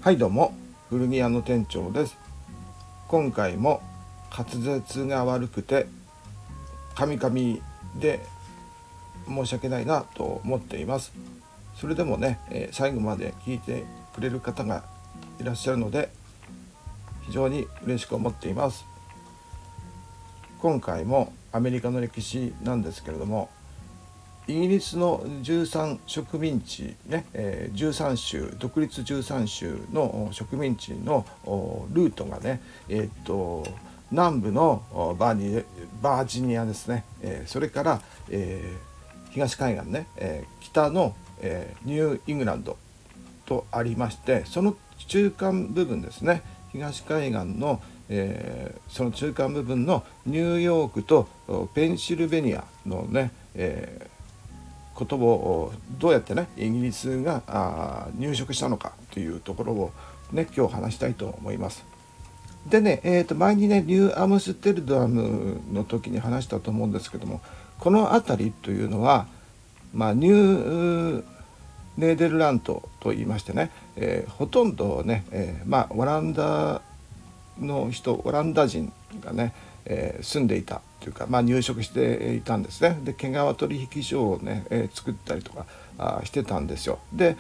はいどうも、古着屋の店長です。今回も滑舌が悪くてカミカミで申し訳ないなと思っています。それでもね、最後まで聞いてくれる方がいらっしゃるので非常に嬉しく思っています。今回もアメリカの歴史なんですけれども、イギリスの13植民地ね、13州独立13州の植民地のルートがね、南部のバージニアですね、それから、東海岸ね、北の、ニューイングランドとありまして、その中間部分ですね、東海岸の、その中間部分のニューヨークとペンシルベニアのね、ことをどうやってねイギリスが入植したのかというところをね今日話したいと思います。でね、前にねニューアムステルダムの時に話したと思うんですけども、この辺りというのは、ニューネーデルラントと言いましてね、ほとんどね、オランダ人がね、住んでいたというか、入植していたんですね。で毛皮取引所をね、作ったりとかしてたんですよ。で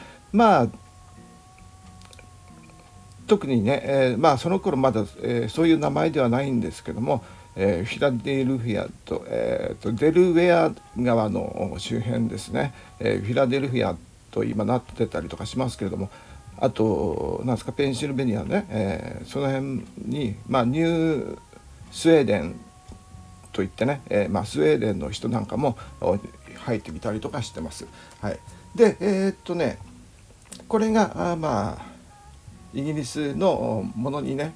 特にね、その頃まだ、そういう名前ではないんですけども、フィラデルフィアと、デルウェア川の周辺ですね、フィラデルフィアと今なってたりとかしますけれども、あとなんですかペンシルベニアね、その辺に、ニュースウェーデンといってね、スウェーデンの人なんかも入ってみたりとかしてます。はい、でこれがイギリスのものにね、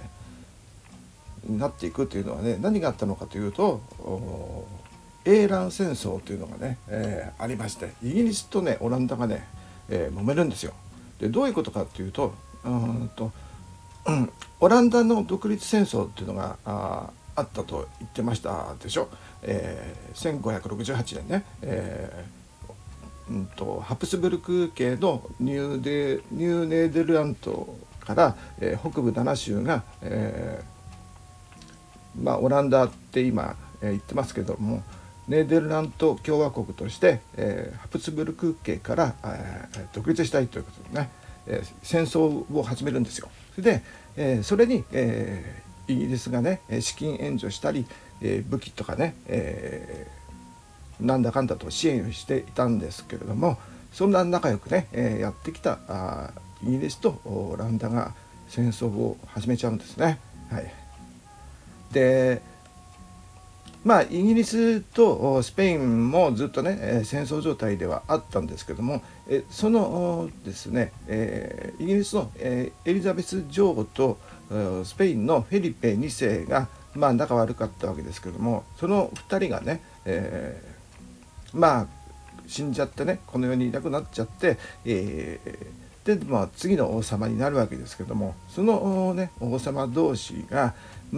なっていくというのはね、何があったのかというと、英蘭戦争というのがね、ありまして、イギリスとねオランダがね、揉めるんですよ。でどういうことかというと、オランダの独立戦争っていうのがあったと言ってましたでしょ。1568年ね、ハプスブルク系のニューネーデルラントから、北部7州が、オランダって今、言ってますけども、ネーデルラント共和国として、ハプスブルク家から、独立したいということでね、戦争を始めるんですよ。それで、それに、イギリスがね資金援助したり、武器とかね、なんだかんだと支援をしていたんですけれども、そんな仲良くね、やってきたイギリスとオランダが戦争を始めちゃうんですね。はい、でイギリスとスペインもずっとね戦争状態ではあったんですけども、そのですね、イギリスのエリザベス女王とスペインのフェリペ2世が仲悪かったわけですけども、その2人がね、死んじゃってね、この世にいなくなっちゃって、で次の王様になるわけですけども、そのね王様同士が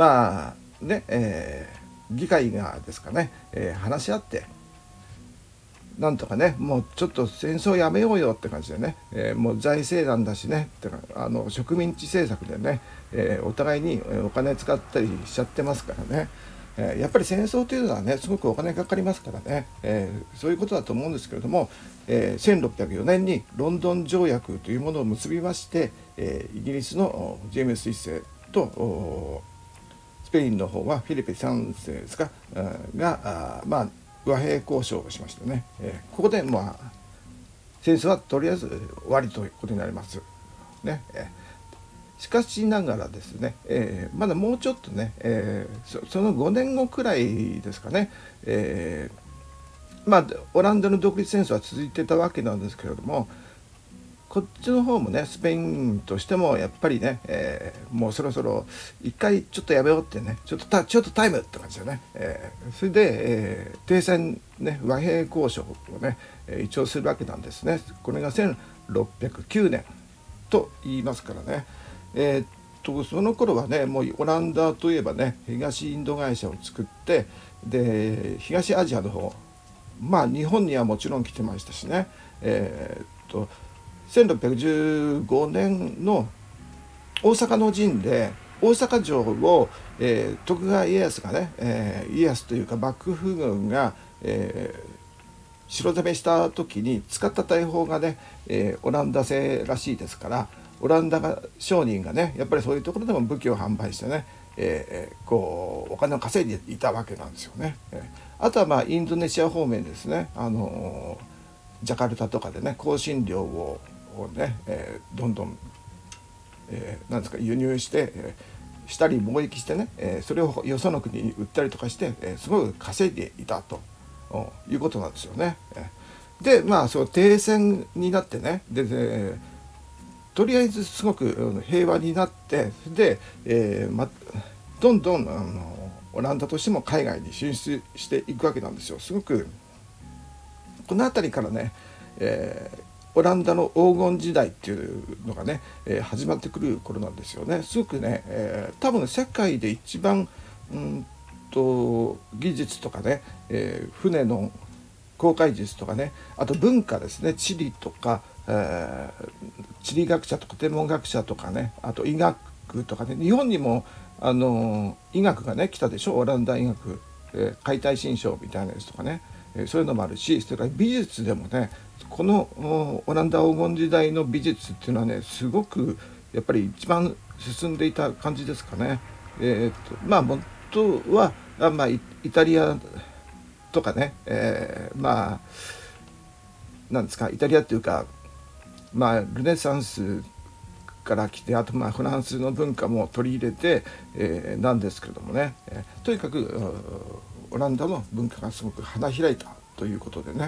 議会がですかね、話し合ってなんとかね、もうちょっと戦争やめようよって感じでね、もう財政難だしねって植民地政策でね、お互いにお金使ったりしちゃってますからね、やっぱり戦争というのはねすごくお金かかりますからね、そういうことだと思うんですけれども、1604年にロンドン条約というものを結びまして、イギリスのジェームス1世とスペインの方はフィリペ3世ですかが和平交渉をしましてね、ここで戦争はとりあえず終わりということになりますね。しかしながらですね、まだもうちょっとね、その5年後くらいですかね、オランダの独立戦争は続いてたわけなんですけれども、こっちの方もねスペインとしてもやっぱりね、もうそろそろ一回ちょっとやめようってね、ちょっとタイムって感じでね、それで、停戦ね和平交渉をね、一応するわけなんですね。これが1609年と言いますからね、その頃はねもうオランダといえばね東インド会社を作って、で東アジアの方、日本にはもちろん来てましたしね、1615年の大阪の陣で大阪城を、徳川家康がね、家康というか幕府軍が、城攻めした時に使った大砲がね、オランダ製らしいですから、オランダ商人がねやっぱりそういうところでも武器を販売してね、こうお金を稼いでいたわけなんですよね。あとはインドネシア方面ですね、ジャカルタとかでね香辛料をね、どんどん、なんですか輸入して、したり貿易してね、それをよその国に売ったりとかして、すごく稼いでいたということなんですよね。でそう停戦になってねでとりあえずすごく平和になって、で、どんどんオランダとしても海外に進出していくわけなんですよ。すごくこの辺りからね、オランダの黄金時代っていうのがね、始まってくる頃なんですよね。すごくね、多分世界で一番技術とかね、船の航海術とかね、あと文化ですね、地理とか、地理学者とか天文学者とかね、あと医学とかね、日本にも医学がね来たでしょ。オランダ医学、解体新書みたいなやつとかね、そういうのもあるし、それから美術でもねこのオランダ黄金時代の美術っていうのはねすごくやっぱり一番進んでいた感じですかね。元はイタリアとかね、なんですかイタリアっていうかルネサンスから来て、あとフランスの文化も取り入れて、なんですけれどもね、とにかくオランダの文化がすごく花開いたということでね、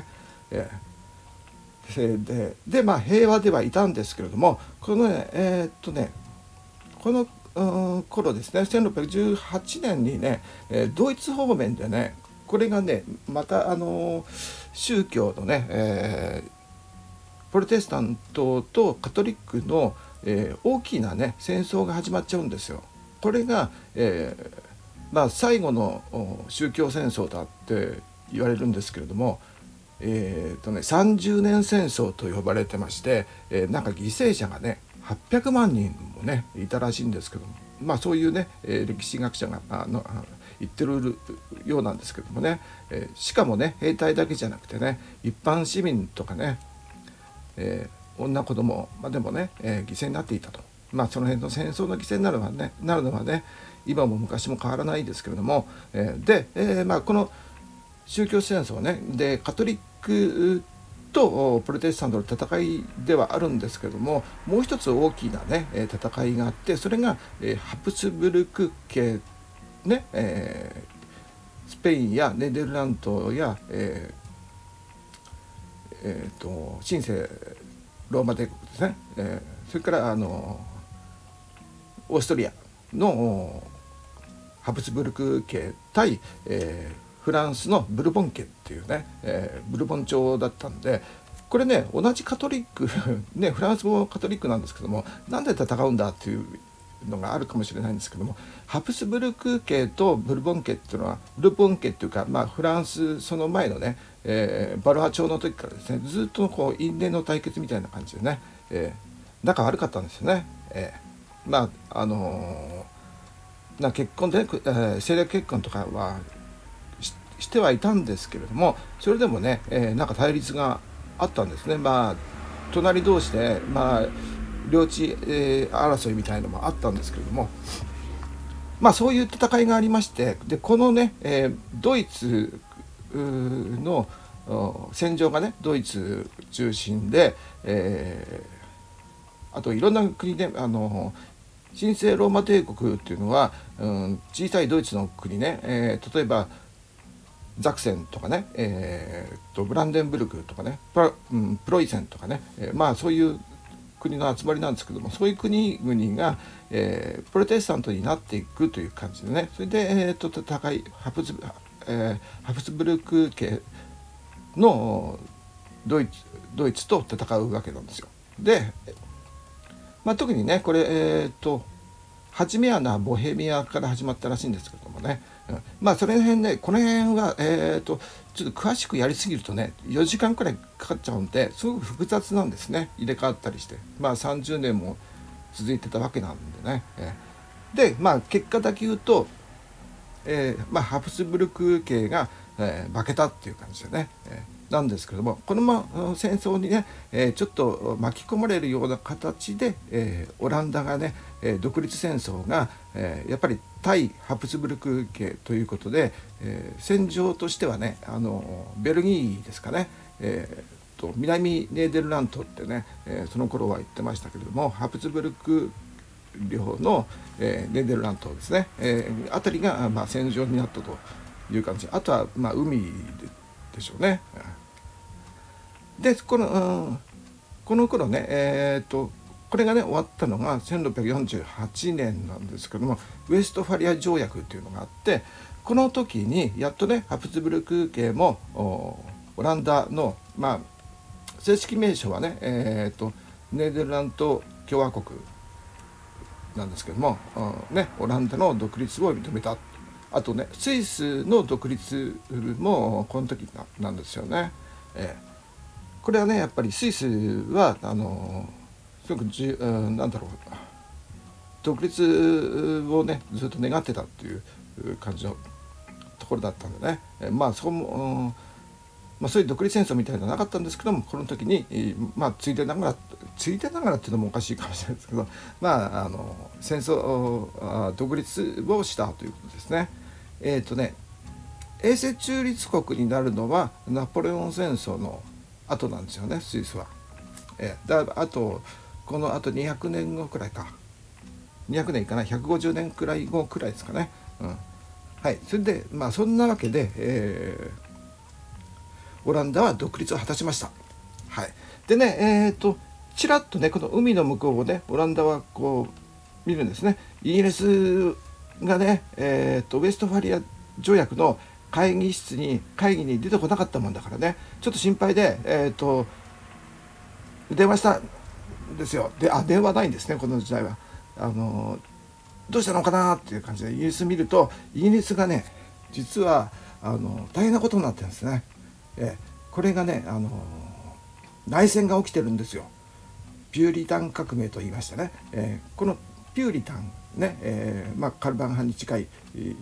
で平和ではいたんですけれども、このこの頃ですね、1618年にねドイツ方面でねこれがねまた宗教のね、プロテスタントとカトリックの、大きなね戦争が始まっちゃうんですよ。これが、最後の宗教戦争だって言われるんですけれども、30年戦争と呼ばれてまして、なんか犠牲者がね800万人もねいたらしいんですけども、そういうね、歴史学者が言ってるようなんですけどもね、しかもね兵隊だけじゃなくてね一般市民とかね、女子供までもね、犠牲になっていたと。その辺の戦争の犠牲になるのはね今も昔も変わらないですけれども、この宗教戦争ねでカトリックとプロテスタントの戦いではあるんですけども、もう一つ大きなね戦いがあって、それがハプスブルク家ね、スペインやネデルラントや、神聖ローマ帝国ですね、それからオーストリアのハプスブルク家対、フランスのブルボン家っていうね、ブルボン朝だったんで、これね同じカトリックねフランスもカトリックなんですけども、なんで戦うんだっていうのがあるかもしれないんですけども、ハプスブルク家とブルボン家っていうのは、ブルボン家っていうか、フランスその前のね、バルハ朝の時からですねずっとこう因縁の対決みたいな感じでね、仲悪かったんですよね。結婚で、政略結婚とかはしてはいたんですけれども、それでもね、なんか対立があったんですね。隣同士で、領地、争いみたいのもあったんですけれども、そういう戦いがありまして、でこのね、ドイツの戦場がねドイツ中心で、あといろんな国で神聖ローマ帝国っていうのは、小さいドイツの国ね、例えばザクセンとかね、ブランデンブルクとかねプロイセンとかね、そういう国の集まりなんですけども、そういう国々が、プロテスタントになっていくという感じでね、それで、戦いハプスブルク家のドイツと戦うわけなんですよ。で、特にねこれ、初めはボヘミアから始まったらしいんですけどもね、それ辺ねこの辺は、ちょっと詳しくやりすぎるとね4時間くらいかかっちゃうんで、すごく複雑なんですね。入れ替わったりして、30年も続いてたわけなんでね。で結果だけ言うと、ハプスブルク系が、負けたっていう感じでね、なんですけれども、この、戦争にね、ちょっと巻き込まれるような形で、オランダがね、独立戦争が、やっぱり対ハプスブルク系ということで、戦場としてはねベルギーですかね、南ネーデルラントってね、その頃は言ってましたけれども、ハプスブルク領の、ネーデルラントですね、あたりが、戦場になったという感じ。あとは、海でしょうね。でこの頃ね、これがね終わったのが1648年なんですけども、ウェストファリア条約っていうのがあって、この時にやっとねハプスブルク系もオランダの、正式名称はね、ネーデルラント共和国なんですけども、オランダの独立を認めた。あとねスイスの独立もこの時なんですよね。これはねやっぱりスイスはすごく独立をねずっと願ってたっていう感じのところだったんでね、そこも、そういう独立戦争みたいなのはなかったんですけども、この時に、ついでながらっていうのもおかしいかもしれないですけど、戦争独立をしたということですね。永世中立国になるのはナポレオン戦争の後なんですよね、スイスは。このあと200年後くらいか、200年いかない150年くらい後くらいですかね。それでそんなわけで、オランダは独立を果たしました。でねちらっとねこの海の向こうをねオランダはこう見るんですね。イギリスがね、ウェストファリア条約の会議に出てこなかったもんだからね、ちょっと心配で、電話したんですよ。で電話ないんですね、この時代は。どうしたのかなっていう感じでイギリス見ると、イギリスがね実は大変なことになってるんですね。これがね内戦が起きてるんですよ。ピューリタン革命と言いましたね。このピューリタンね、カルバン派に近い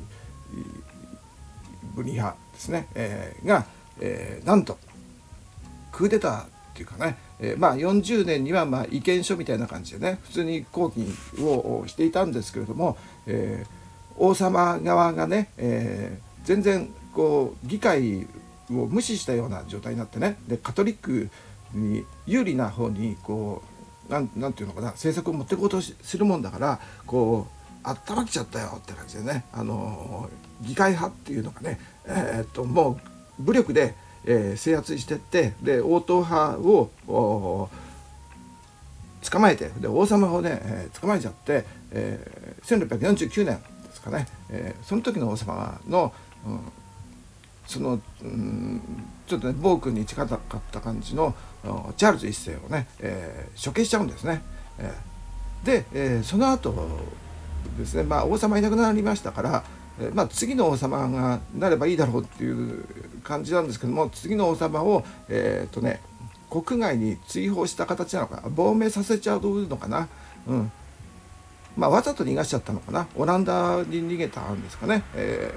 分離派ですね、が、なんとクーデターっていうかね、40年には意見書みたいな感じでね普通に抗議をしていたんですけれども、王様側がね、全然こう議会を無視したような状態になってね、でカトリックに有利な方にこうなんていうのかな、政策を持っていこうとするもんだから、こうあったまきちゃったよって感じでね、議会派っていうのがね、もう武力で、制圧してって、で王党派を捕まえて、で王様をね、捕まえちゃって、1649年ですかね、その時の王様の、ちょっとね暴君に近かった感じのチャールズ一世をね、処刑しちゃうんですね。で、その後ですね、王様いなくなりましたから、次の王様がなればいいだろうっていう感じなんですけども、次の王様を国外に追放した形なのか、亡命させちゃうのかな、わざと逃がしちゃったのかな、オランダに逃げたんですかね、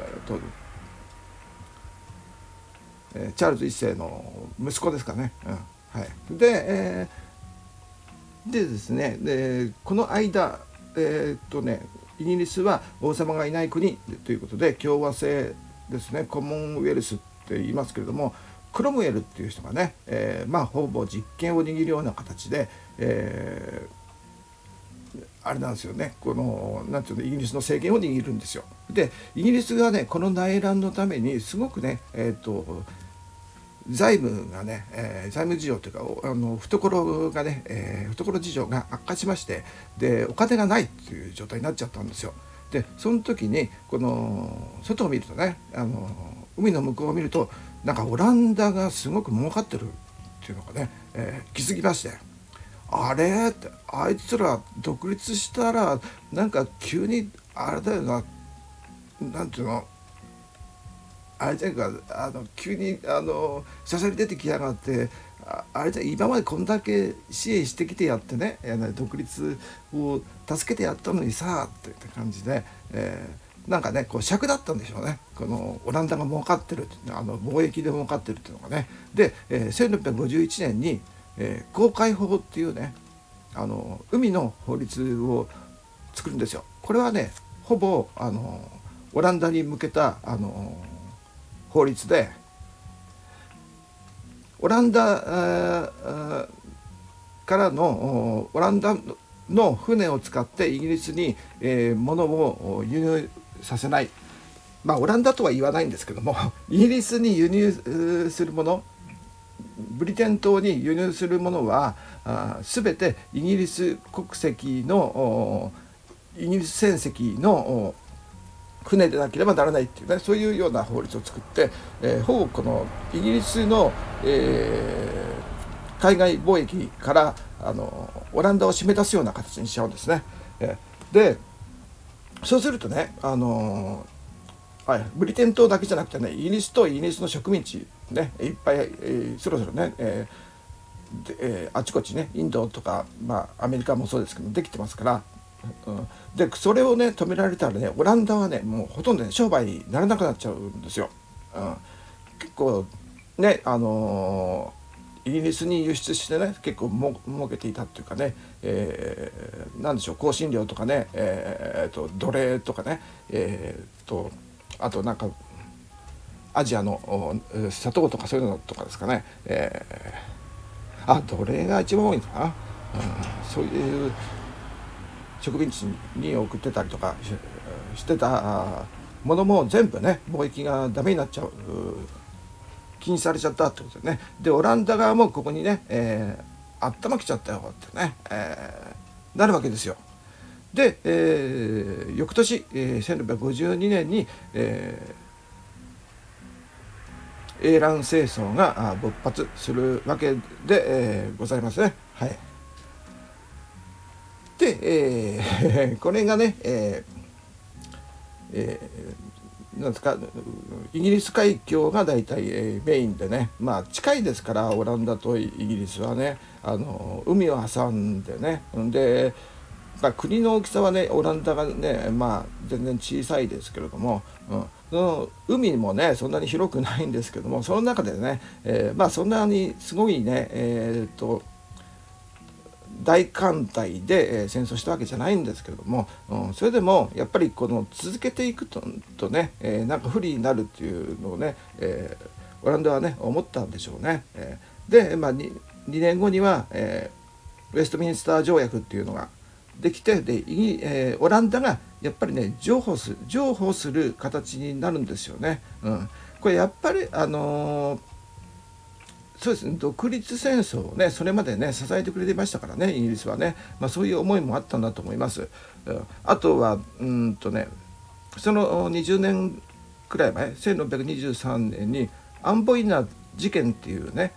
チャールズ一世の息子ですかね。でですね、この間イギリスは王様がいない国ということで共和制ですね、コモンウェルスって言いますけれども、クロムウェルっていう人がね、ほぼ実権を握るような形で、あれなんですよね、このなんていうの、イギリスの政権を握るんですよ。でイギリスがねこの内乱のためにすごくね、財務がね、財務事情というか懐がね、懐事情が悪化しまして、でお金がないっていう状態になっちゃったんですよ。でその時にこの外を見るとね、海の向こうを見ると、なんかオランダがすごく儲かってるっていうのがね、気づきまして、あれってあいつら独立したらなんか急にあれだよな、なんていうの、あれじゃないか、急にしゃしゃり出てきやがって、 あれじゃ今までこんだけ支援してきてやってね、独立を助けてやったのにさって感じで、なんかねこう尺だったんでしょうね。このオランダが儲かってるって、貿易で儲かってるっていうのがね。で、1651年に、航海法っていうね海の法律を作るんですよ。これはねほぼオランダに向けた法律で、オランダからのオランダの船を使ってイギリスに物を輸入させない、オランダとは言わないんですけどもイギリスに輸入するもの、ブリテン島に輸入するものは全てイギリス国籍のイギリス船籍の船でなければならないっていうね、そういうような法律を作って、ほぼこのイギリスの、海外貿易からオランダを締め出すような形にしちゃうんですね。でそうするとね、ブリテン島だけじゃなくてね、イギリスとイギリスの植民地ねいっぱい、そろそろね、あちこちねインドとか、アメリカもそうですけどできてますから、でそれをね止められたらね、オランダはねもうほとんどね商売にならなくなっちゃうんですよ。結構ねイギリスに輸出してね結構儲けていたっていうかね、なんでしょう、香辛料とかね、奴隷とかね、あとなんかアジアの砂糖とかそういうのとかですかね、奴隷が一番多いのかな、そういう植民地に送ってたりとかしてたものも全部ね貿易がダメになっちゃう、禁止されちゃったってことでね。でオランダ側もここにね、頭きちゃったよってね、なるわけですよ。で、翌年、1652年に、英蘭戦争が勃発するわけで、ございますね。はい。で、これがね、なんですか、イギリス海峡が大体、メインでね、近いですからオランダとイギリスはね海を挟んでね、で、国の大きさはねオランダがね全然小さいですけれども、その海もねそんなに広くないんですけども、その中でね、そんなにすごいね大艦隊で戦争したわけじゃないんですけれども、それでもやっぱりこの続けていくとね、なんか不利になるっていうのをね、オランダはね思ったんでしょうね。で、2年後には、ウェストミンスター条約っていうのができて、でオランダがやっぱりね譲歩する形になるんですよね。これやっぱりそうですね、独立戦争をねそれまでね支えてくれていましたからね、イギリスはね、そういう思いもあったんだと思います。あとはその20年くらい前、1623年にアンボイナ事件っていうね、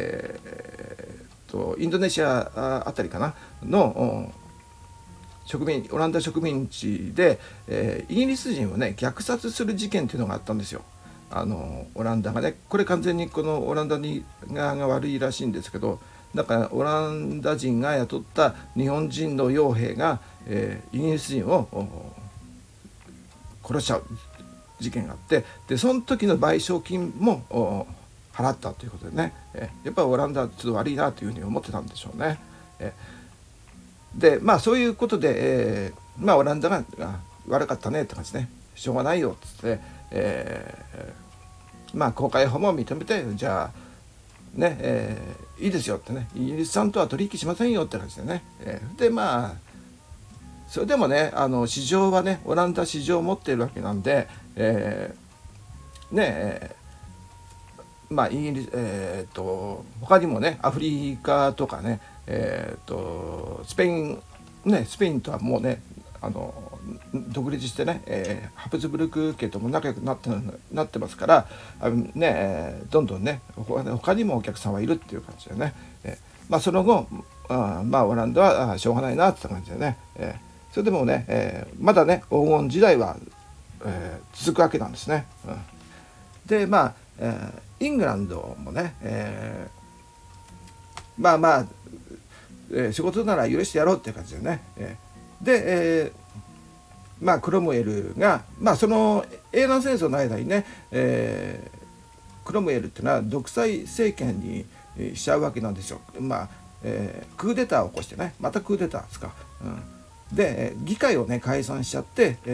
インドネシアあたりかなのオランダ植民地で、イギリス人をね虐殺する事件っていうのがあったんですよ。オランダがね、これ完全にこのオランダ側が悪いらしいんですけど、だからオランダ人が雇った日本人の傭兵が、イギリス人を殺しちゃう事件があって、でその時の賠償金も払ったということでね、やっぱりオランダはちょっと悪いなというふうに思ってたんでしょうね。でそういうことで、オランダが悪かったねって感じで、ね、しょうがないよっつって、公海法も認めて、じゃあね、いいですよってね、イギリスさんとは取引しませんよって感じでね、でそれでもね市場はねオランダ市場を持っているわけなんで、イギリス、他にもねアフリカとかね、スペインとはもうね独立してね、ハプスブルク家とも仲良くなってますからどんどんね他にもお客さんはいるっていう感じでね、その後オランダはしょうがないなって感じでね、それでもね、まだね黄金時代は、続くわけなんですね。でイングランドもね、 まあまあ、仕事なら許してやろうっていう感じでね、で、まあクロムウェルが、まあ、その英南戦争の間にね、クロムウェルっていうのは独裁政権にしちゃうわけなんですよ。まあクーデターを起こしてね、またクーデターですか、で議会をね解散しちゃって、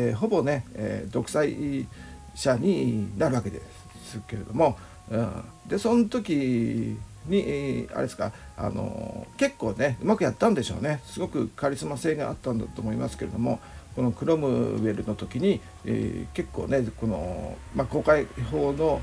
ほぼね、独裁者になるわけですけれども、でその時に、あれですか、結構ねうまくやったんでしょうね。すごくカリスマ性があったんだと思いますけれども、このクロムウェルの時に、結構ねこの、公開法の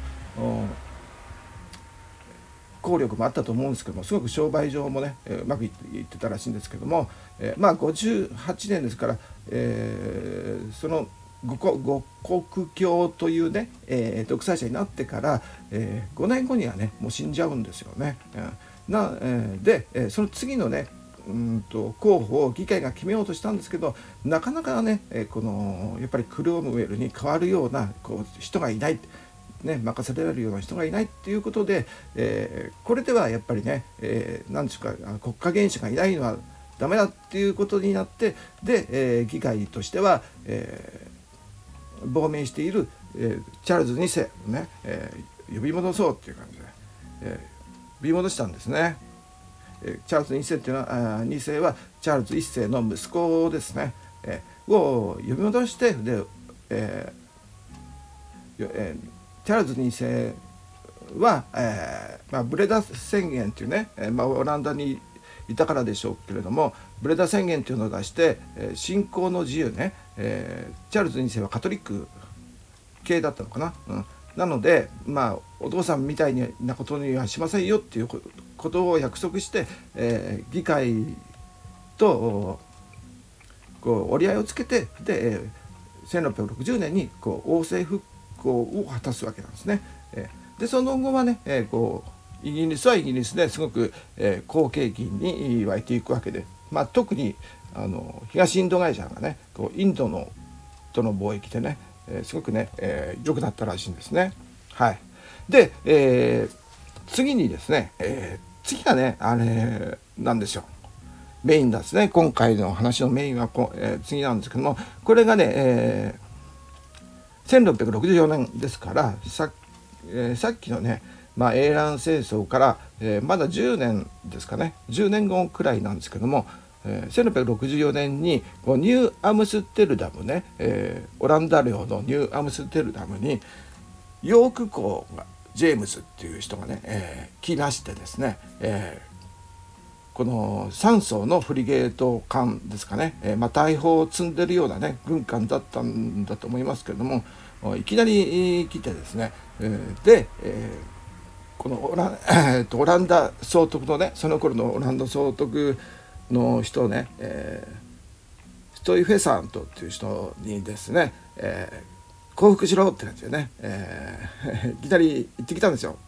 効力もあったと思うんですけども、すごく商売上もね、うまくいってたらしいんですけども、58年ですから、その五国教というね、独裁者になってから、5年後にはねもう死んじゃうんですよね。で、その次のね候補を議会が決めようとしたんですけど、なかなかね、このやっぱりクロムウェルに代わるような人がいない、任せられるような人がいないっていうことで、これではやっぱりね、何でしょうか、国家元首がいないのはダメだっていうことになって、で、議会としては、亡命している、チャールズ2世をね、呼び戻そうっていう感じで、呼び戻したんですね。チャールズ2世っていうのは2世はチャールズ1世の息子ですね、を呼び戻して、で、チャールズ2世は、ブレダ宣言っていうね、オランダにいたからでしょうけれども、ブレダ宣言っていうのを出して、信仰の自由ね、チャールズ2世はカトリック系だったのかな、なので、お父さんみたいなことにはしませんよっていうことを約束して、議会と折り合いをつけて、で1660年に王政復興を果たすわけなんですね。でその後はね、イギリスはイギリスですごく、好景気に湧いていくわけで、特に東インド会社がねインドとの貿易でね、すごくね、良くなったらしいんですね。はい。で、次にですね、次がねあれなんですよ。メインですね。今回の話のメインは次なんですけども、これがね、1664年ですから、さっきのね、英蘭戦争から、まだ10年ですかね、10年後くらいなんですけども、1664年にニューアムステルダムね、オランダ領のニューアムステルダムにヨーク公がジェームズっていう人がね、来ましてですね、この3艘のフリゲート艦ですかね、大砲を積んでるようなね軍艦だったんだと思いますけれども、いきなり来てですね、で、このオランダ総督のね、その頃のオランダ総督の人をね、ストイフェサントっていう人にですね、降伏しろって感じでね、いきなり行ってきたんですよ。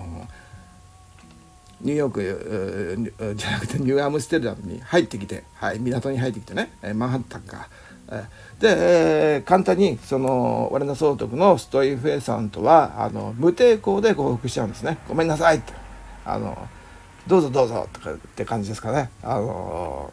ニューヨークじゃなくてニューアムステルダムに入ってきて、港に入ってきてね、マンハッタンか。で、簡単にそのオランダ総督のストイフェサントは無抵抗で降伏しちゃうんですね。ごめんなさいって、どうぞどうぞとかって感じですかね。ヨ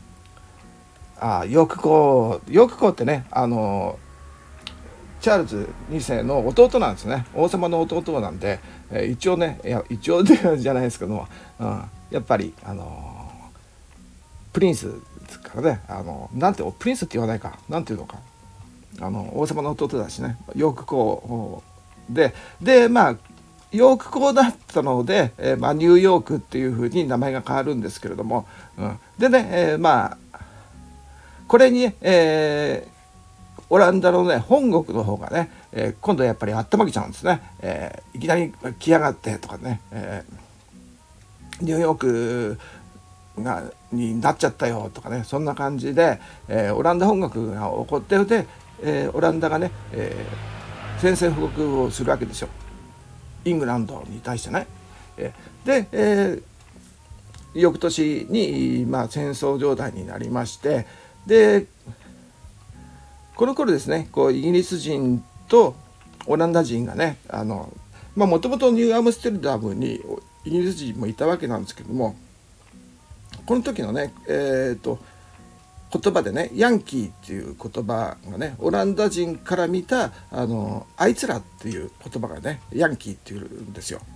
ーク公ってね、チャールズ2世の弟なんですね。王様の弟なんで、一応ね、一応じゃないですけども、やっぱりプリンスですからね、なんてプリンスって言わないか、なんていうのか、王様の弟だしね、ヨーク公で、ヨーク公だったので、ニューヨークっていう風に名前が変わるんですけれども、でね、これに、オランダのね本国の方がね、今度はやっぱりあったまきちゃうんですね。いきなり来やがってとかね、ニューヨークになっちゃったよとかね、そんな感じで、オランダ本国が起こってるで、オランダがね、宣戦布告をするわけですよ、イングランドに対してね。で、翌年に、戦争状態になりまして、でこの頃ですね、イギリス人とオランダ人がね、もともとニューアムステルダムにイギリス人もいたわけなんですけども、 この時のね、言葉でね、ヤンキーっていう言葉がね、オランダ人から見たあいつらっていう言葉がね、ヤンキーっていうんですよ。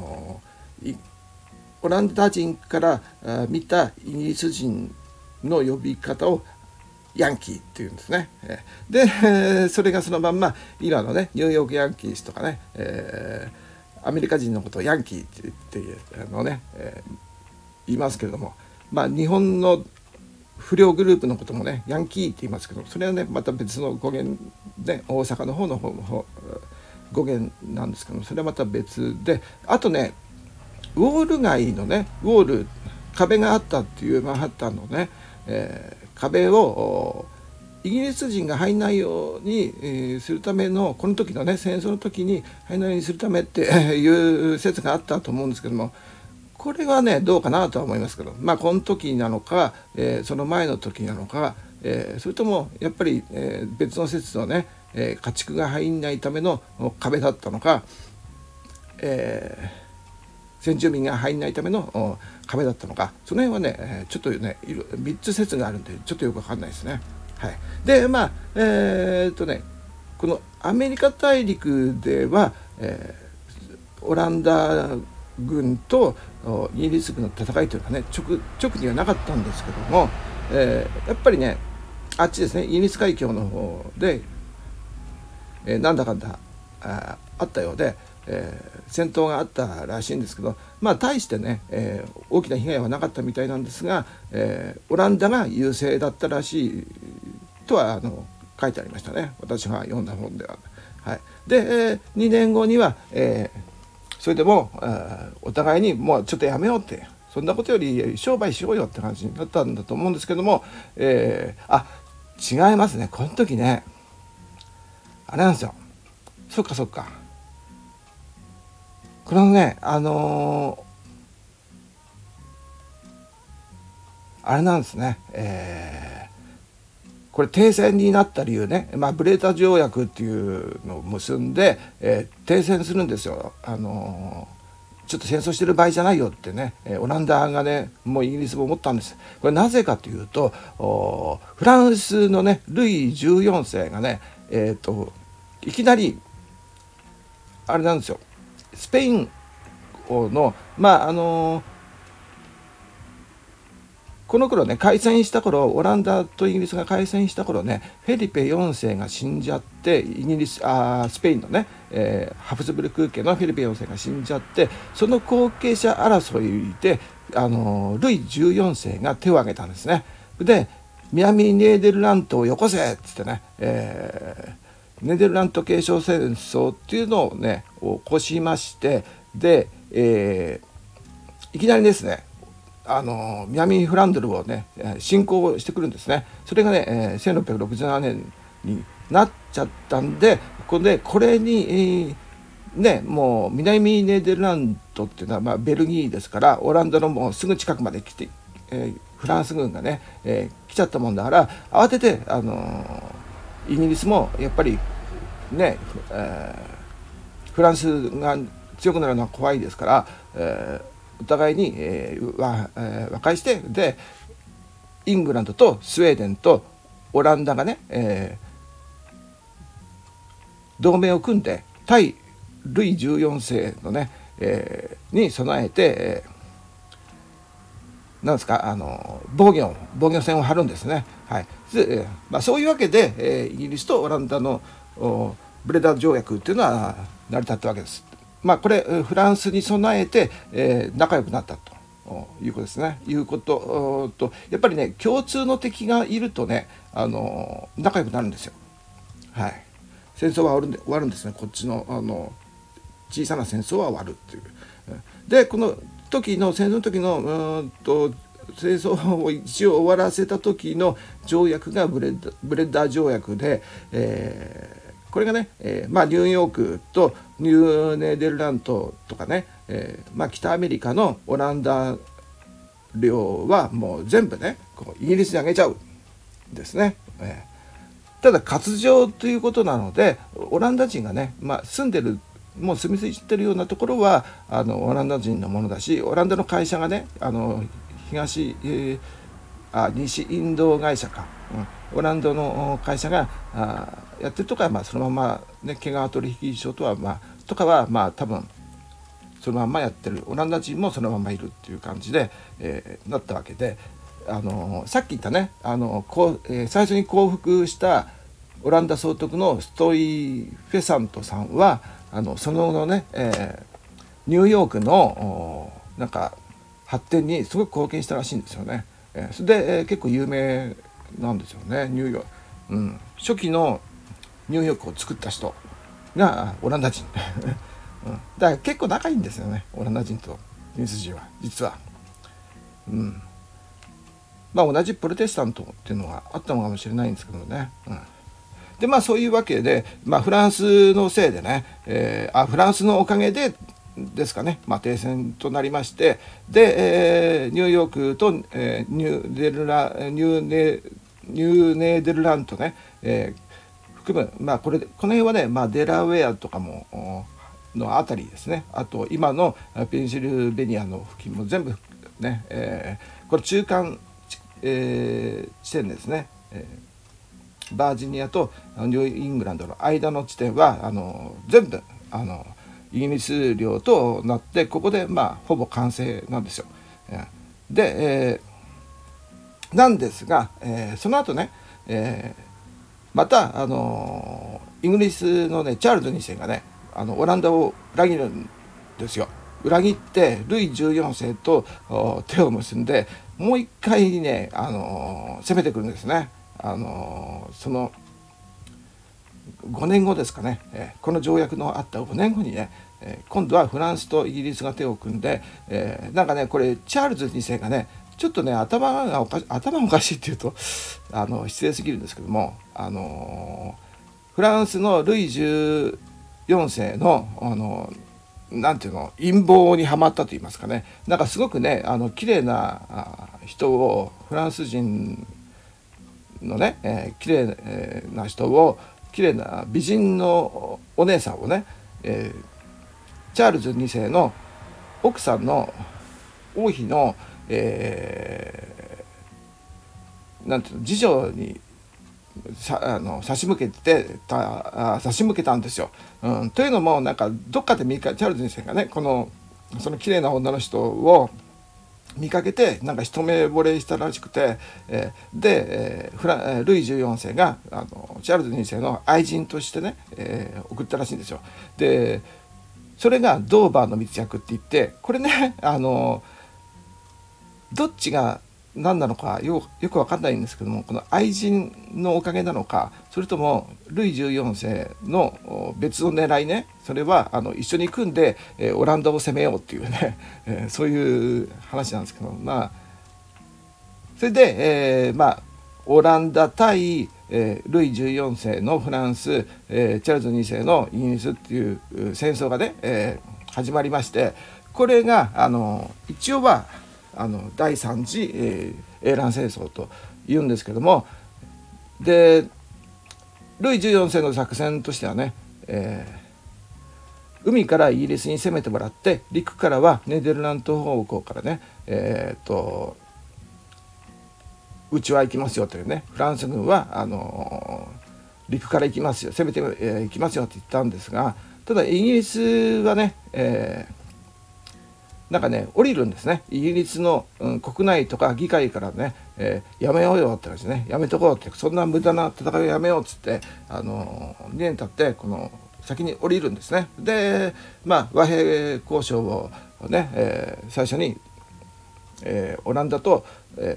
オランダ人から見たイギリス人の呼び方をヤンキーっていうんですね。で、それがそのまんま今のね、ニューヨークヤンキースとかね、アメリカ人のことをヤンキーって言ってね、言いますけれども、日本の不良グループのこともね、ヤンキーって言いますけど、それはねまた別の語源で、大阪の方の語源なんですけども、それはまた別で、あとね、ウォール街のね、ウォール、壁があったっていうマンハッタンのね、壁をイギリス人が入んないようにするための、この時のね、戦争の時に入らないようにするためっていう説があったと思うんですけども、これはねどうかなとは思いますけど、この時なのか、その前の時なのか、それともやっぱり、別の説のね、家畜が入んないための壁だったのか、先住民が入んないための壁だったのか、その辺はね、ちょっとね3つ説があるんでちょっとよく分かんないですね。はい、でこのアメリカ大陸では、オランダ軍とイギリス軍の戦いというのはね直にはなかったんですけども、やっぱりねあっちですね、イギリス海峡の方で、なんだかんだあったようで、戦闘があったらしいんですけど、大してね、大きな被害はなかったみたいなんですが、オランダが優勢だったらしいとは書いてありましたね、私が読んだ本では。はい、で、2年後には、それでもお互いにもうちょっとやめようって、そんなことより商売しようよって話になったんだと思うんですけども、違いますね、この時ね、あれなんですよ。そっかこのね、あれなんですね、これ停戦になった理由ね、ブレータ条約っていうのを結んで、停戦するんですよ。ちょっと戦争してる場合じゃないよってね、オランダがね、もうイギリスも思ったんです。これなぜかというと、フランスのねルイ14世がね、いきなりあれなんですよ、スペインのこの頃ね、開戦した頃、オランダとイギリスが開戦した頃ね、フェリペ4世が死んじゃって、スペインのね、ハプスブルク家のフェリペ4世が死んじゃって、その後継者争いでルイ14世が手を挙げたんですね。で、南ネーデルラントをよこせっつってね、ネーデルラント継承戦争っていうのをね起こしまして、で、いきなりですね、南フランドルをね侵攻してくるんですね。それがね、1667年になっちゃったんで、これに、もう南ネーデルラントっていうのは、ベルギーですから、オランダのもうすぐ近くまで来て、フランス軍がね、来ちゃったもんだから、慌てて、イギリスもやっぱりね、フランスが強くなるのは怖いですから、お互いに、和解して、でイングランドとスウェーデンとオランダがね、同盟を組んで対ルイ14世のね、に備えて、なんですか、防御線を張るんですね。はい。で、そういうわけで、イギリスとオランダのブレダ条約っていうのは成り立ったわけです。これフランスに備えて、仲良くなったということですね。いうことと、やっぱりね、共通の敵がいるとね、仲良くなるんですよ。はい。戦争は終わるんですね。こっちの小さな戦争は終わるっていう。で、この戦争の時の戦争を一応終わらせた時の条約がブレッダー条約で、これがね、ニューヨークとニューネーデルラントとかね、北アメリカのオランダ領はもう全部ねイギリスにあげちゃうんですね。ただ割譲ということなので、オランダ人がね、住み着いてるようなところはオランダ人のものだし、オランダの会社がね西インド会社か、オランダの会社がやってるとか、そのまま、ね、毛皮取引所とは、とかは多分そのまんまやってる、オランダ人もそのままいるっていう感じで、なったわけで、さっき言ったね、最初に降伏したオランダ総督のストイフェサントさんはその後のね、ニューヨークのなんか発展にすごく貢献したらしいんですよね。それで、結構有名なんですよね、ニューヨーク、初期のニューヨークを作った人がオランダ人だから結構仲いいんですよね、オランダ人とニュース人は実は。同じプロテスタントっていうのがあったのかもしれないんですけどね。でそういうわけで、フランスのせいでね、フランスのおかげでですかね、停戦となりまして、で、ニューヨークと、ニューネーデルラントね、含む、この辺はね、デラウェアとかものあたりですね、あと今のペンシルベニアの付近も全部ね、これ中間、地点ですね、バージニアとニューイングランドの間の地点は全部イギリス領となって、ここでほぼ完成なんですよ。で、なんですが、その後ね、またイギリスのねチャールズ2世がねオランダを裏切るんですよ。裏切ってルイ14世と手を結んでもう一回ね、攻めてくるんですね。その5年後ですかね、この条約のあった5年後にね、今度はフランスとイギリスが手を組んで、なんかねこれチャールズ2世がねちょっとね頭おかしいっていうと失礼すぎるんですけども、フランスのルイ14世のなんていうの陰謀にはまったと言いますかね、なんかすごくね綺麗な人をフランス人のね、綺麗な人を綺麗な美人のお姉さんをね、チャールズ2世の奥さんの王妃の、なんていうの次女に差し向けたんですよ。というのもなんかどっかでチャールズ2世がねその綺麗な女の人を見かけてなんか一目惚れしたらしくて、で、ルイ14世がチャールズ2世の愛人としてね、送ったらしいんですよ。でそれがドーバーの密約って言って、これねどっちが何なのかよく分かんないんですけども、この愛人のおかげなのか、それともルイ14世の別の狙いね、それは一緒に組んで、オランダを攻めようっていうね、そういう話なんですけど、それで、オランダ対、ルイ14世のフランス、チャールズ2世のイギリスっていう戦争がね、始まりまして、これが一応は第3次、英蘭戦争というんですけども、でルイ14世の作戦としてはね、海からイギリスに攻めてもらって、陸からはネデルラント方向からね、うちは行きますよというね、フランス軍は陸から行きますよ、攻めて、行きますよって言ったんですが、ただイギリスはね、なんかね降りるんですね。イギリスの、国内とか議会からね、やめようよって話ね、やめとこうって、そんな無駄な戦いをやめようっつって、2年経ってこの先に降りるんですね。で和平交渉をね、最初に、オランダと、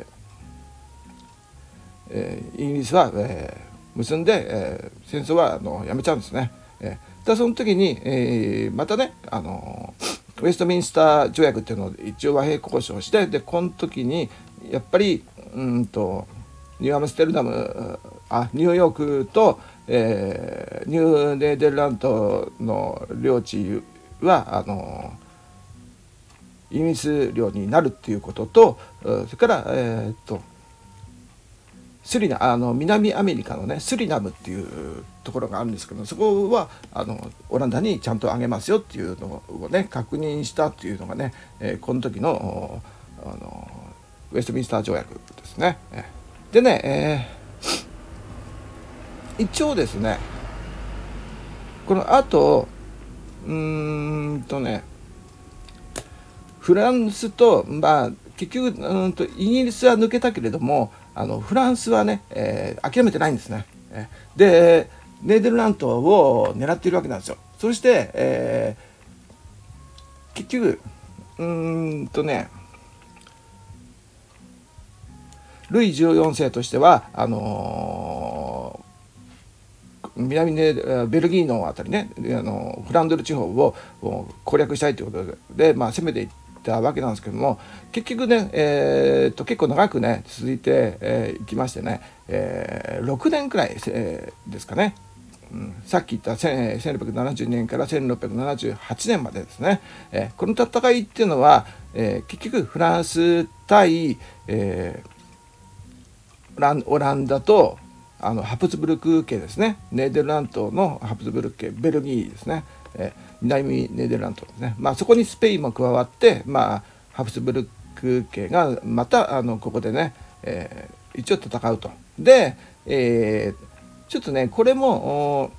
イギリスは、結んで、戦争はやめちゃうんですね。でその時に、またねウェストミンスター条約っていうのを一応和平交渉して、でこの時にやっぱりニューアムステルダムニューヨークと、ニューネーデルラントの領地はイギリス領になるっていうことと、それから南アメリカのねスリナムっていうところがあるんですけど、そこはオランダにちゃんとあげますよっていうのをね確認したっていうのがね、この時のウェストミンスター条約ですね。でね、一応ですね、この後フランスと、結局イギリスは抜けたけれども、フランスはね、諦めてないんですね。でネーデルラントを狙っているわけなんですよ。そして、結局ルイ14世としては南でベルギーのあたりね、フランドル地方を攻略したいということで、攻めていったわけなんですけども、結局ね、結構長くね続いていきましてね、6年くらい、ですかね。さっき言った1670年から1678年までですね、この戦いっていうのは、結局フランス対、オランダとハプスブルク家ですね、ネーデルラントのハプスブルク家、ベルギーですね、南ネーデルラントですね、そこにスペインも加わって、ハプスブルク家がまたここでね、一応戦うと。で、ちょっとねこれも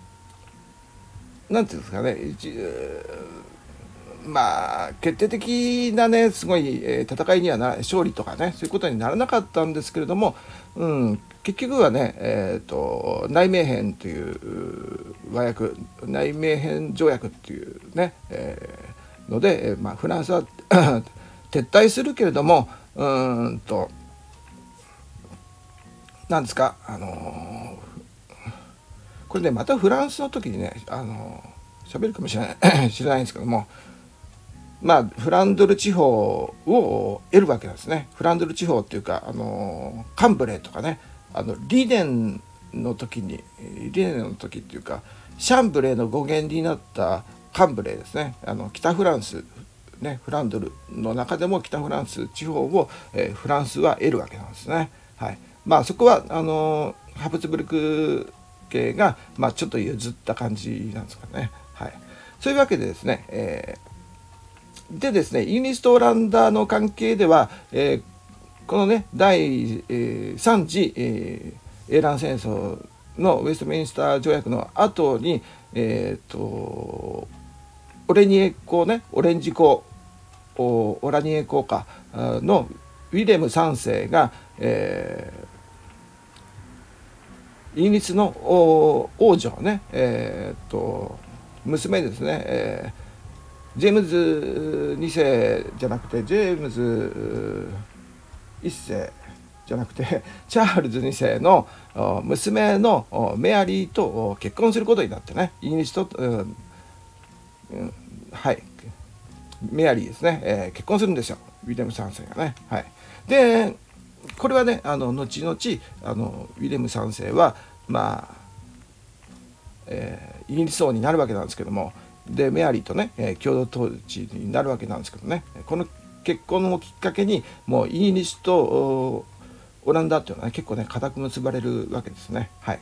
なんていうんですかね、決定的なねすごい戦いには勝利とかねそういうことにならなかったんですけれども、結局はね、内名編という和訳、内名編条約っていうね、ので、フランスは撤退するけれども、なんですか、これねまたフランスの時にね喋るかもしれない知らないんですけども、フランドル地方を得るわけなんですね。フランドル地方っていうかカンブレーとかね、リネンの時っていうかシャンブレーの語源になったカンブレーですね。北フランスね、フランドルの中でも北フランス地方を、フランスは得るわけなんですね。はい。そこはハプスブルク家が、ちょっと譲った感じなんですかね。はい。そういうわけでですね、でですね、イギリスとオランダの関係では、このね第3次、英蘭戦争のウェストミンスター条約の後に、オレニエ公ね、オレンジ公、オラニエ公かのウィレム3世が、イギリスの王女ね、娘ですね、ジェームズ2世じゃなくてジェームズ1世じゃなくてチャールズ2世の娘のメアリーと結婚することになってね、イギリスと、メアリーですね、結婚するんですよ、ウィレム3世がね。はい。でこれはね後々ウィレム3世はイギリス王になるわけなんですけども、でメアリーとね、共同統治になるわけなんですけどね、この結婚をきっかけにもうイギリスとオランダっていうのは、ね、結構ね固く結ばれるわけですね。はい。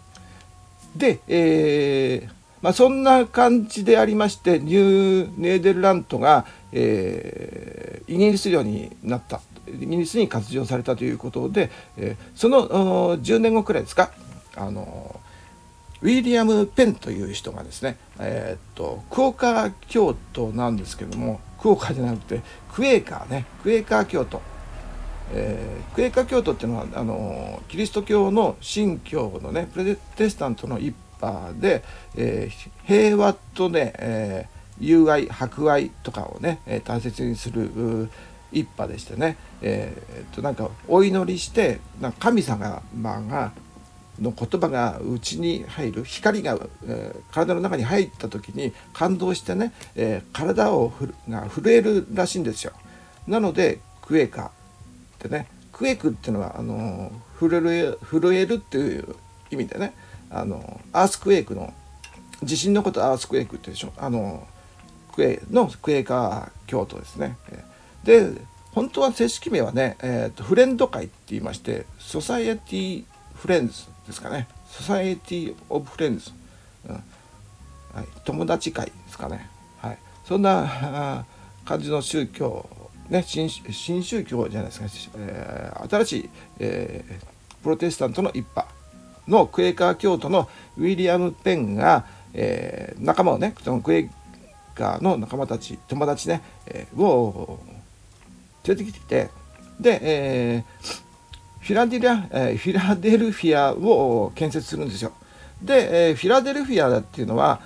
で、そんな感じでありまして、ニューネーデルラントが、イギリス領になった、イギリスに割譲されたということで、その10年後くらいですか、ウィリアム・ペンという人がですね、クオカー教徒なんですけども、クオカーじゃなくてクエーカーね、クエーカー教徒、クエーカー教徒っていうのはキリスト教の新教のねプロテスタントの一派で、平和とね、友愛博愛とかをね大切にする一派でしてね、なんかお祈りしてなんか神様がの言葉が内に入る光が、体の中に入った時に感動してね、体が震えるらしいんですよ。なのでクエーカーってね、クエークっていうのは震えるっていう意味でね、アースクエークの地震のことアースクエークってでしょ、クエーカー教徒ですね。で本当は正式名はね、フレンド会って言いまして、ソサイエティフレンズですかね、ソサイエティオブフレンズ、友達会ですかね。はい、そんな感じの宗教ね、新宗教じゃないですか、新しい、プロテスタントの一派のクエーカー教徒のウィリアム・ペンが、仲間をね、そのクエーカーの仲間たち、友達ね、を連れてきて、で、フィラデルフィアを建設するんですよ。で、フィラデルフィアっていうのは、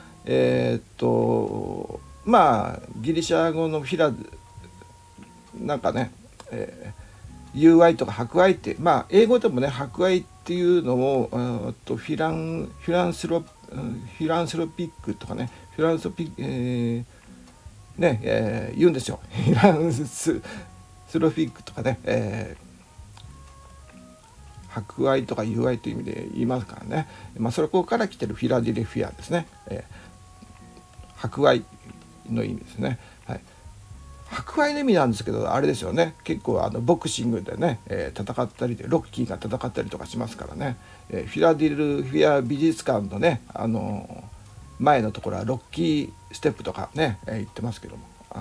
まあギリシャ語のなんかね、友愛とか博愛って、まあ英語でもね博愛っていうのをフィランスロピックとかねフィランソピ言うんですよ。フィランスロピックとかね、博愛とか友愛という意味で言いますからね、まあ、そこから来てるフィラデルフィアですね、博愛の意味ですね。はい、博愛の意味なんですけど、あれですよね、結構ボクシングでね、戦ったりでロッキーが戦ったりとかしますからね、フィラデルフィア美術館のね、前のところはロッキーステップとかね、言ってますけども、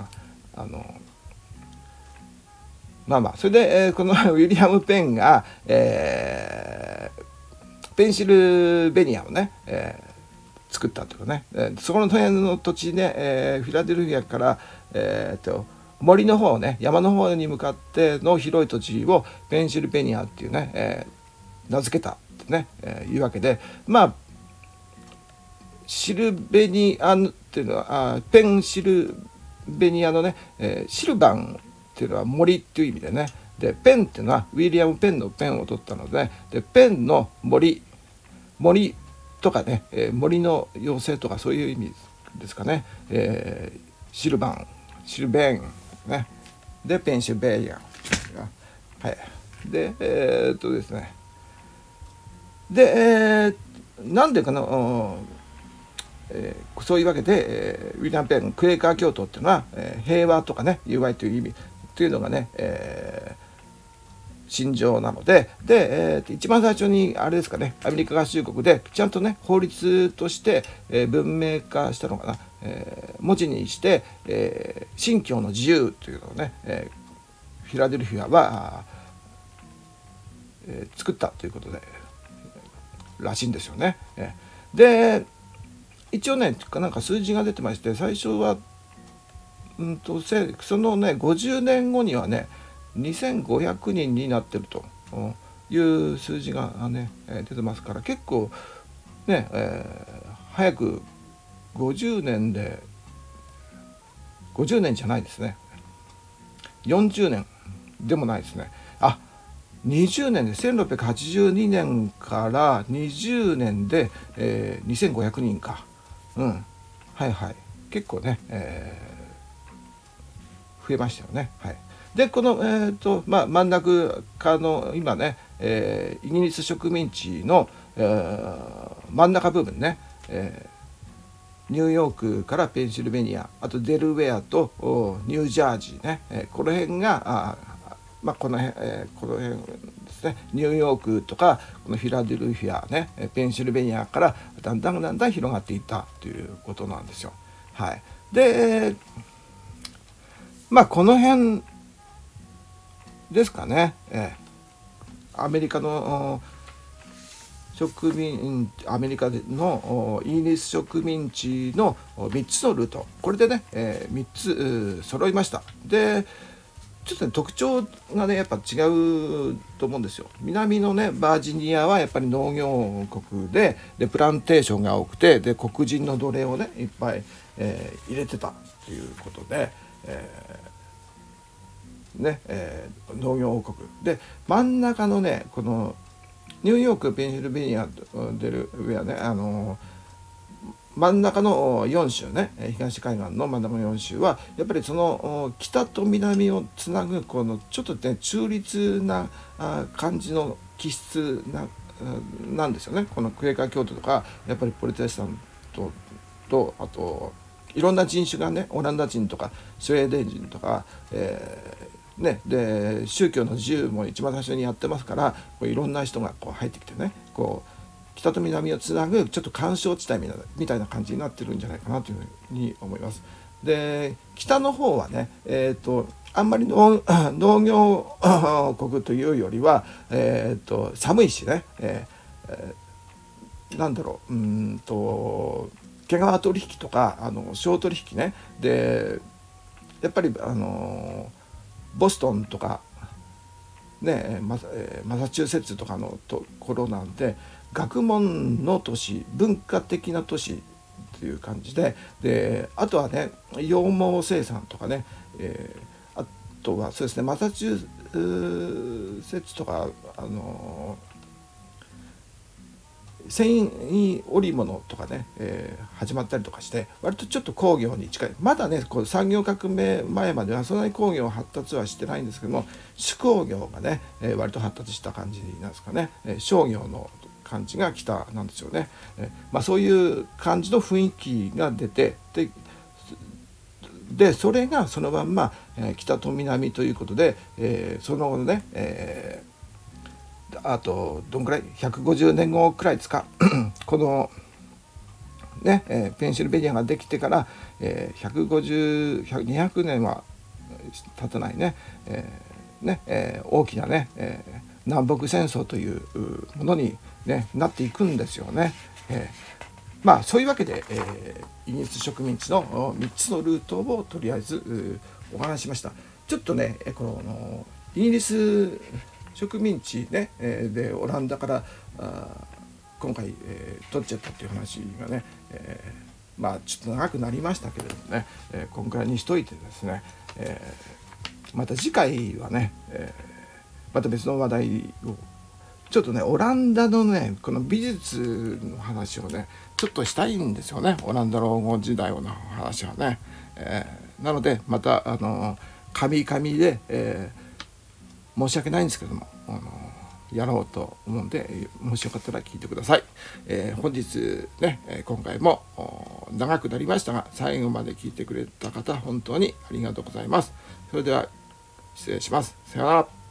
まあまあそれで、このウィリアム・ペンが、ペンシルベニアをね、作ったというかね、そこの辺の土地で、フィラデルフィアから、森の方ね、山の方に向かっての広い土地をペンシルベニアっていうね、名付けたってね、いうわけで、まあシルベニアっていうのはペンシルベニアのね、シルバンっていうのは森っていう意味でね、でペンっていうのはウィリアム・ペンのペンを取ったので、ペンの森とかね、森の妖精とかそういう意味ですかね、シルベンね、でペンシルベニア、はい、でですね、で、なんでかな、そういうわけで、ウィリアム・ペンクエーカー教徒っていうのは、平和とかね友愛という意味というのがね、信条なので、一番最初にあれですかね、アメリカ合衆国でちゃんとね法律として、文明化したのかな、文字にして、信教の自由というのをね、フィラデルフィアは、作ったということでらしいんですよね。で一応ねなんか数字が出てまして、最初はそのね50年後にはね2500人になってるという数字がね出てますから、結構ね、早く50年で50年じゃないですね、40年でもないですね、20年で1682年から20年で、2500人か、はいはい、結構ね、増えましたよね。はい、でこの、真ん中の今ね、イギリス植民地の、真ん中部分ね、ニューヨークからペンシルベニア、あとデルウェアとニュージャージーね、この辺がこの辺ですね、ニューヨークとかこのフィラデルフィアね、ペンシルベニアからだんだん広がっていったということなんですよ。はい、でこの辺ですかね、アメリカのアメリカのイギリス植民地の3つのルート、これでね、3つ揃いました。でちょっとね特徴がねやっぱ違うと思うんですよ。南のねバージニアはやっぱり農業国でプランテーションが多くて、で黒人の奴隷をねいっぱい、入れてたということで、農業王国で、真ん中のねこのニューヨーク、ペンシルベニア、デルウェアね、真ん中の4州ね、東海岸の真ん中の4州はやっぱりその北と南をつなぐこのちょっとね中立な感じの気質なんですよね。このクエーカー教徒とかやっぱりプロテスタントと、あといろんな人種がね、オランダ人とかスウェーデン人とか、で宗教の自由も一番最初にやってますから、いろんな人がこう入ってきてね、こう北と南をつなぐちょっと緩衝地帯みたいな感じになってるんじゃないかなというふうに思います。 で北の方はね、あんまり農業国というよりは、寒いしね、なんだろう、毛皮取引とか商取引ねでやっぱりボストンとかねマサチューセッツとかのところなんで学問の都市文化的な都市っていう感じであとはね羊毛生産とかね、あとはそうですねマサチューセッツとか繊維織物とかね、始まったりとかして割とちょっと工業に近いまだねこう産業革命前まではそんなに工業発達はしてないんですけども手工業がね、割と発達した感じなんですかね、商業の感じが北なんですよね、そういう感じの雰囲気が出てでそれがそのまんま、北と南ということで、その後ね、あとどんくらい150年後くらいですかこのね、ペンシルベニアができてから、200年は経たないね、大きなね、南北戦争というものに、ね、なっていくんですよね。そういうわけで、イギリス植民地の3つのルートをとりあえずお話ししました。ちょっとねこのイギリス植民地ね、でオランダから今回、取っちゃったっていう話がね、ちょっと長くなりましたけれどもね、こんくらいにしといてですね、また次回はね、また別の話題をちょっとねオランダのねこの美術の話をねちょっとしたいんですよね。オランダの黄金時代の話はね、なのでまたカミで、申し訳ないんですけどもやろうと思うんでもしよかったら聞いてください。本日ね今回も長くなりましたが最後まで聞いてくれた方本当にありがとうございます。それでは失礼します。さようなら。